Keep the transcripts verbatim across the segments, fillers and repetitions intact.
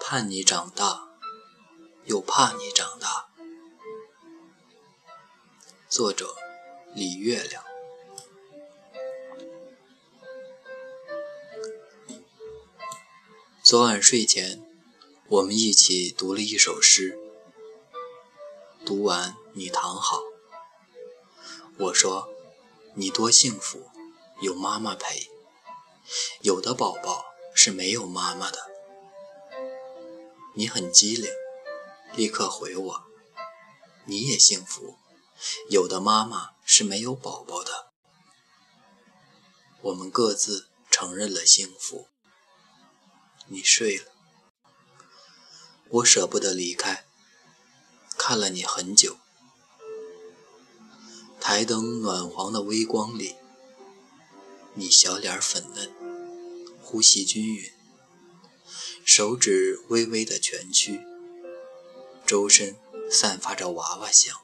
盼你长大，又怕你长大。作者李月亮。昨晚睡前，我们一起读了一首诗。读完你躺好，我说你多幸福，有妈妈陪。有的宝宝是没有妈妈的。你很机灵，立刻回我，你也幸福，有的妈妈是没有宝宝的。我们各自承认了幸福。你睡了，我舍不得离开，看了你很久。台灯暖黄的微光里，你小脸粉嫩，呼吸均匀，手指微微的蜷曲，周身散发着娃娃香。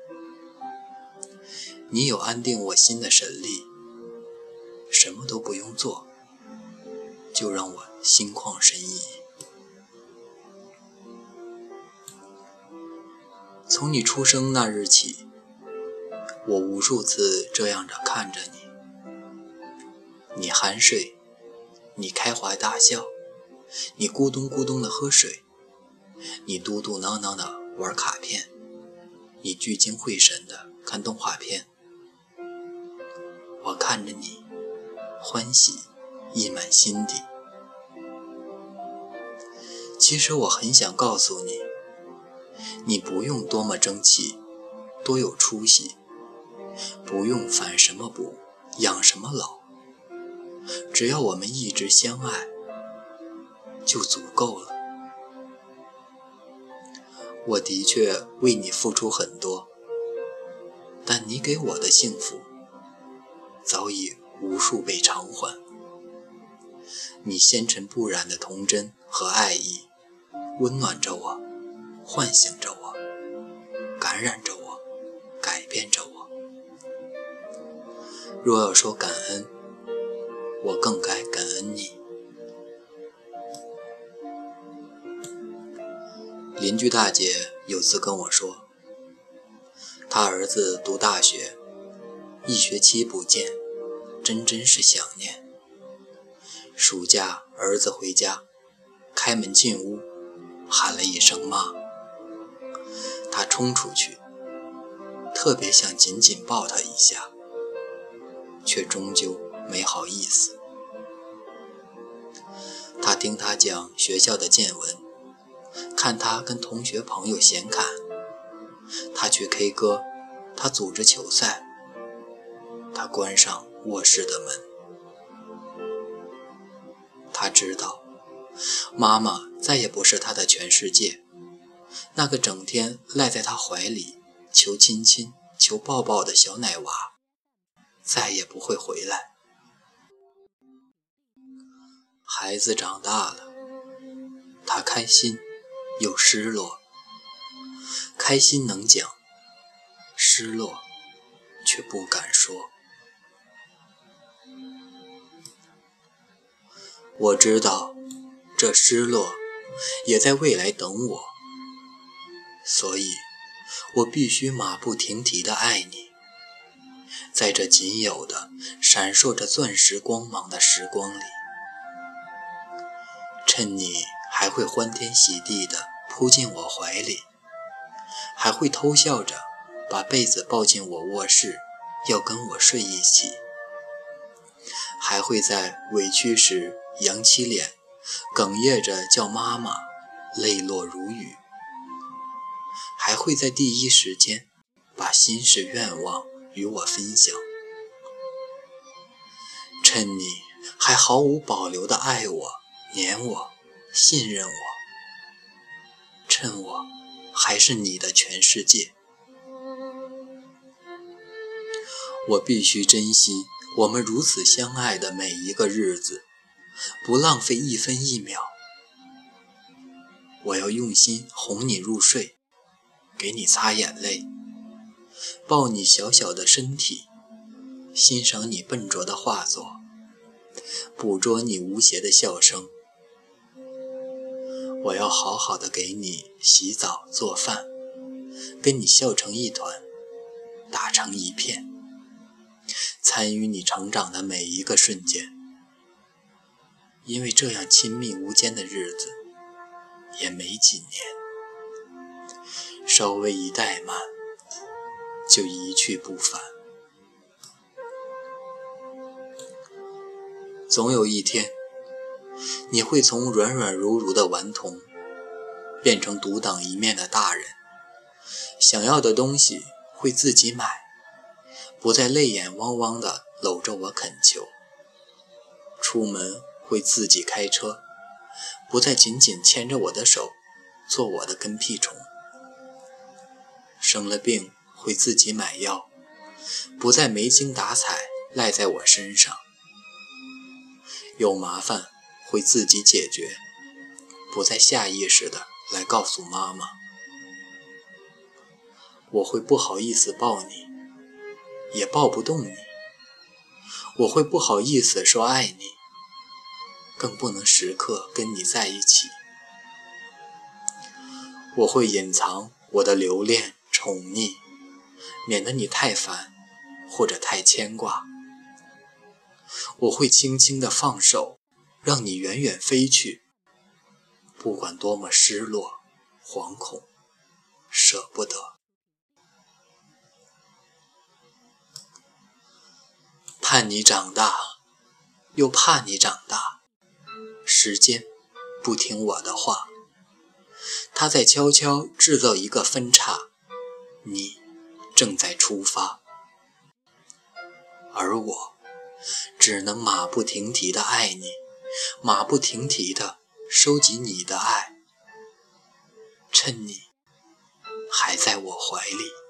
你有安定我心的神力，什么都不用做，就让我心旷神怡。从你出生那日起，我无数次这样着看着你。你酣睡，你开怀大笑，你咕咚咕咚地喝水，你嘟嘟囔囔地玩卡片，你聚精会神地看动画片。我看着你，欢喜溢满心底。其实我很想告诉你，你不用多么争气，多有出息，不用反什么补，养什么老，只要我们一直相爱，就足够了。我的确为你付出很多，但你给我的幸福，早已无数倍偿还。你纤尘不染的童真和爱意，温暖着我，唤醒着我，感染着我，改变着我。若要说感恩，我更该感恩你。邻居大姐有次跟我说，她儿子读大学，一学期不见，真真是想念。暑假儿子回家，开门进屋，喊了一声妈。他冲出去，特别想紧紧抱他一下，却终究没好意思。他听他讲学校的见闻，看他跟同学朋友闲侃，他去 K 歌，他组织球赛，他关上卧室的门。他知道妈妈再也不是他的全世界，那个整天赖在他怀里求亲亲求抱抱的小奶娃再也不会回来。孩子长大了，他开心又失落，开心能讲，失落却不敢说。我知道这失落也在未来等我，所以我必须马不停蹄地爱你，在这仅有的闪烁着钻石光芒的时光里，趁你还会欢天喜地地扑进我怀里，还会偷笑着把被子抱进我卧室，要跟我睡一起，还会在委屈时扬起脸，哽咽着叫妈妈，泪落如雨，还会在第一时间把心事愿望与我分享。趁你还毫无保留地爱我，黏我，信任我，趁我还是你的全世界。我必须珍惜我们如此相爱的每一个日子，不浪费一分一秒。我要用心哄你入睡，给你擦眼泪，抱你小小的身体，欣赏你笨拙的画作，捕捉你无邪的笑声。 我要好好的给你洗澡做饭，跟你笑成一团，打成一片，参与你成长的每一个瞬间。因为这样亲密无间的日子也没几年，稍微一怠慢就一去不返。总有一天，你会从软软如如的顽童变成独当一面的大人，想要的东西会自己买，不再泪眼汪汪地搂着我恳求，出门会自己开车，不再紧紧牵着我的手做我的跟屁虫，生了病会自己买药，不再没精打采赖在我身上，有麻烦会自己解决，不再下意识的来告诉妈妈。我会不好意思抱你，也抱不动你，我会不好意思说爱你，更不能时刻跟你在一起。我会隐藏我的留恋宠溺，免得你太烦或者太牵挂。我会轻轻地放手，让你远远飞去，不管多么失落、惶恐、舍不得。盼你长大，又怕你长大，时间不听我的话，它在悄悄制造一个分岔，你正在出发，而我只能马不停蹄地爱你，马不停蹄地收集你的爱，趁你还在我怀里。